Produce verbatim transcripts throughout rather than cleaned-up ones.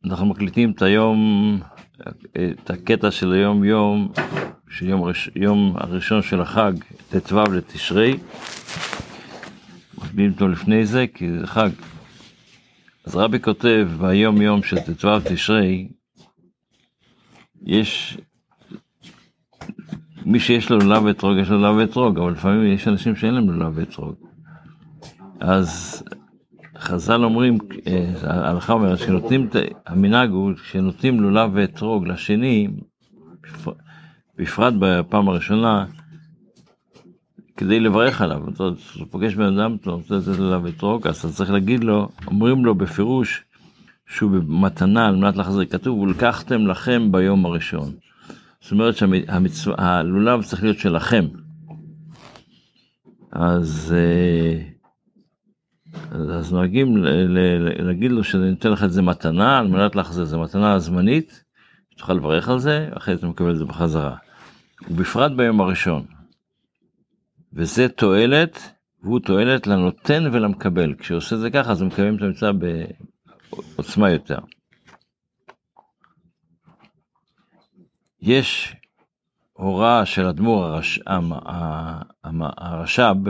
אנחנו מקליטים את היום, את הקטע של היום יום, של יום, יום הראשון של החג, ט"ו לתשרי. מקליטים אותו לפני זה, כי זה חג. אז רבי כותב, ביום יום של ט"ו תשרי, יש, מי שיש לו לולב ואתרוג, יש לו לולב ואתרוג, אבל לפעמים יש אנשים שאין להם לולב ואתרוג. אז חז"ל אומרים, ההלכה אומרת, שנותנים, המנהג הוא שנותנים לולב ואתרוג לשני, בפרט בפעם הראשונה, כדי לברך עליו. אתה פוגש בן אדם, אתה רוצה לתת לולב ואתרוג, אז אתה צריך להגיד לו, אומרים לו בפירוש, שהוא במתנה על מנת לחזר, כתוב, ולקחתם לכם ביום הראשון. זאת אומרת שהלולב צריך להיות שלכם. אז אז נוהגים להגיד לו שאני נותן לך את זה מתנה, על מנת להחזיר, זה מתנה זמנית, תוכל לברך על זה, אחרי זה אתה מקבל את זה בחזרה. ובפרט ביום הראשון. וזה תועלת, והוא תועלת לנותן ולמקבל. כשעושה זה ככה, אז הוא מקבל את המצווה בעוצמה יותר. יש הוראה של אדמו"ר הרש... הרש"ב,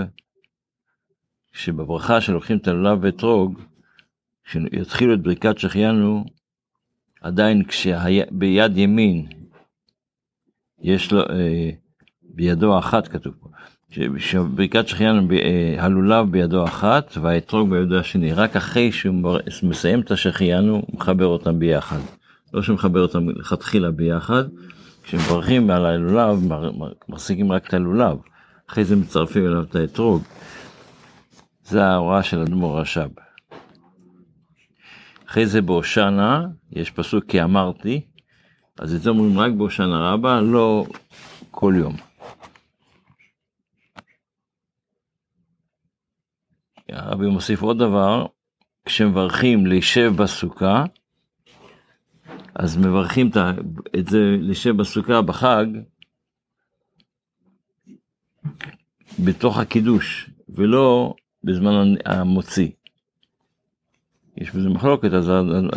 שבברכה שלוקחים את הלולב ואתרוג, כשיתחילו את ברכת שהחיינו, עדיין כשביד ימין, יש לו, אה, בידו אחת כתוב פה, שברכת שהחיינו, הלולב בידו אחת, והאתרוג בידו השני, רק אחרי שהוא מסיים את שהחיינו, הוא מחבר אותם ביחד. לא שמחבר אותם לכתחילה ביחד, כשמברכים על הלולב, מחזיקים רק את הלולב, אחרי זה מצרפים אליו את האתרוג. זה ההוראה של אדמו"ר הרש"ב. אחרי זה בהושענא, יש פסוק כי אמרתי, אז את זה אומרים רק בהושענא רבה, לא כל יום. הרבי מוסיף עוד דבר, כשמברכים להישב בסוכה, אז מברכים את זה להישב בסוכה בחג, בתוך הקידוש, ולא בזמן המוציא. יש בזה מחלוקת, אז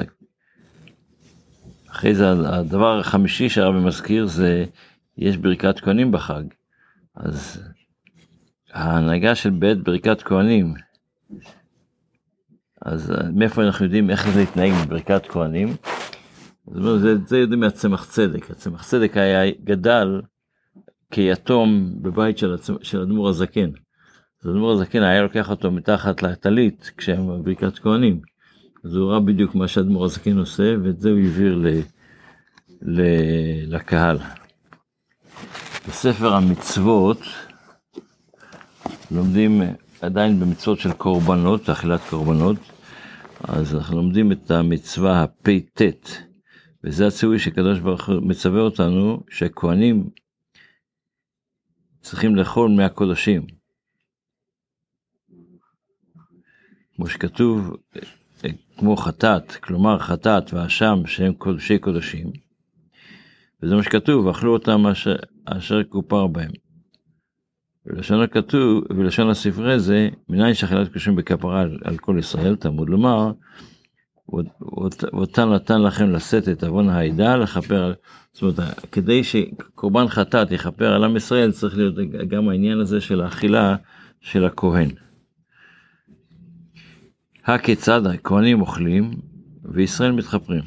אחרי זה הדבר החמישי שהרבי מזכיר זה, יש ברכת כהנים בחג. אז ההנהגה של בית ברכת כהנים, אז מאיפה אנחנו יודעים איך זה יתנהג בברכת כהנים? זה, זה יודעים מהצמח צדק. הצמח צדק היה גדל כיתום בבית של, של אדמו"ר הזקן. אז אדמו"ר הזקן היה לוקח אותו מתחת לטלית כשהם בברכת כהנים. אז הוא ראה בדיוק מה שאדמו"ר הזקן עושה, ואת זה הוא העביר ל, ל, לקהל. בספר המצוות לומדים עדיין במצוות של קורבנות, אכילת קורבנות, אז אנחנו לומדים את המצווה הפ"ט, וזה הציווי שקדוש ברוך הוא מצווה אותנו, שהכהנים צריכים לאכול מהקודשים. כמו שכתוב, כמו חטאת, כלומר חטאת ואשם שהם קודשי קודשים, וזה מה שכתוב, אכלו אותם אשר, אשר כופר בהם. ולשון הכתוב, ולשון הספרי זה, מניין שאכילת קודשים בכפרה על, על כל ישראל, תלמוד לומר, ואותן נתן לכם לשאת את עוון העדה, לכפר, זאת אומרת, כדי שקורבן חטאת יכפר על עם ישראל, צריך להיות גם העניין הזה של האכילה של הכהן. הכיצד הכהנים אוכלים, וישראל מתחפרים.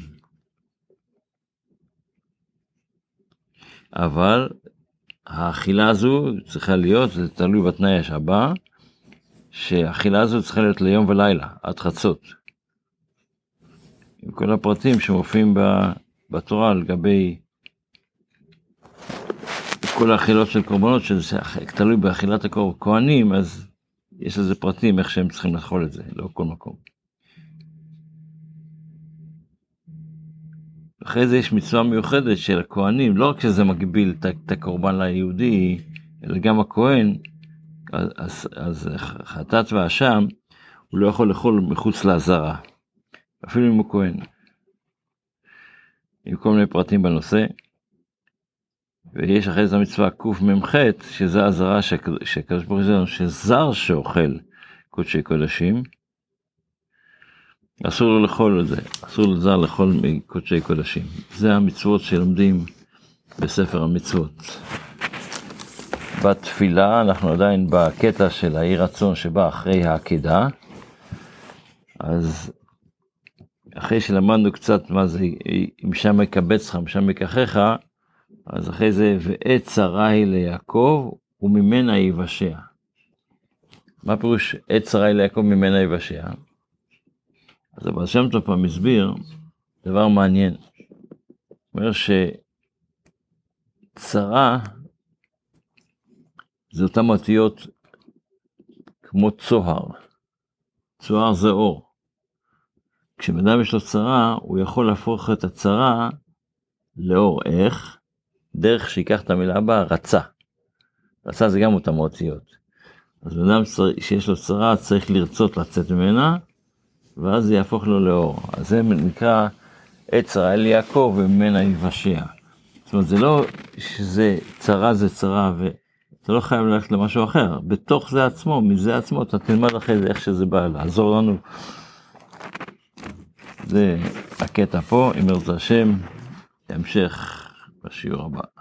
אבל האכילה הזו צריכה להיות, זה תלוי בתנאי הבא, שהאכילה הזו צריכה להיות ליום ולילה, עד חצות. עם כל הפרטים שמופיעים בתורה לגבי כל האכילות של קורבנות, שזה תלוי באכילת הכהנים, אז יש לזה פרטים איך שהם צריכים לאכול את זה, לא כל מקום. אחרי זה יש מצווה מיוחדת של הכהנים, לא רק שזה מגביל את הקורבן ליהודי, אלא גם הכהן, אז, אז חטאת ואשם, הוא לא יכול לאכול מחוץ לעזרה, אפילו אם הוא כהן. עם כל מיני פרטים בנושא, ויש אחרי זה המצווה קמ"ח, שזה הזרה שקדוש ברוך הוא, שזר שאוכל קודשי קודשים, אסור לו לאכול את זה, אסור לזר לאכול מקודשי קודשים. זה המצוות שלומדים בספר המצוות. בתפילה אנחנו עדיין בקטע של האי רצון שבא אחרי העקידה, אז אחרי שלמדנו קצת מה זה, אם שם יקבצך, אם שם יקחך, אז אחרי זה, ועת צרה היא ליעקב, וממנה יבשע. מה פירוש עת צרה היא ליעקב, ממנה יבשע? אז הבעל שם טוב פעם מסביר, דבר מעניין. הוא אומר שצרה, זה אותם אותיות כמו צוהר. צוהר זה אור. כשבן יש לו צרה, הוא יכול להפוך את הצרה לאור. איך? דרך שיקח את המילה הבאה, רצה. רצה זה גם אותם אותיות. אז בן אדם שיש לו צרה, צריך לרצות לצאת ממנה, ואז זה יהפוך לו לאור. אז זה נקרא עת צרה אל יעקב וממנה יבשע. זאת אומרת, זה לא שזה צרה זה צרה, ואתה לא חייב ללכת למשהו אחר. בתוך זה עצמו, מזה עצמו, אתה תלמד אחרי זה איך שזה בא לעזור לנו. זה הקטע פה, אם ירצה השם, המשך בשיעור הבא.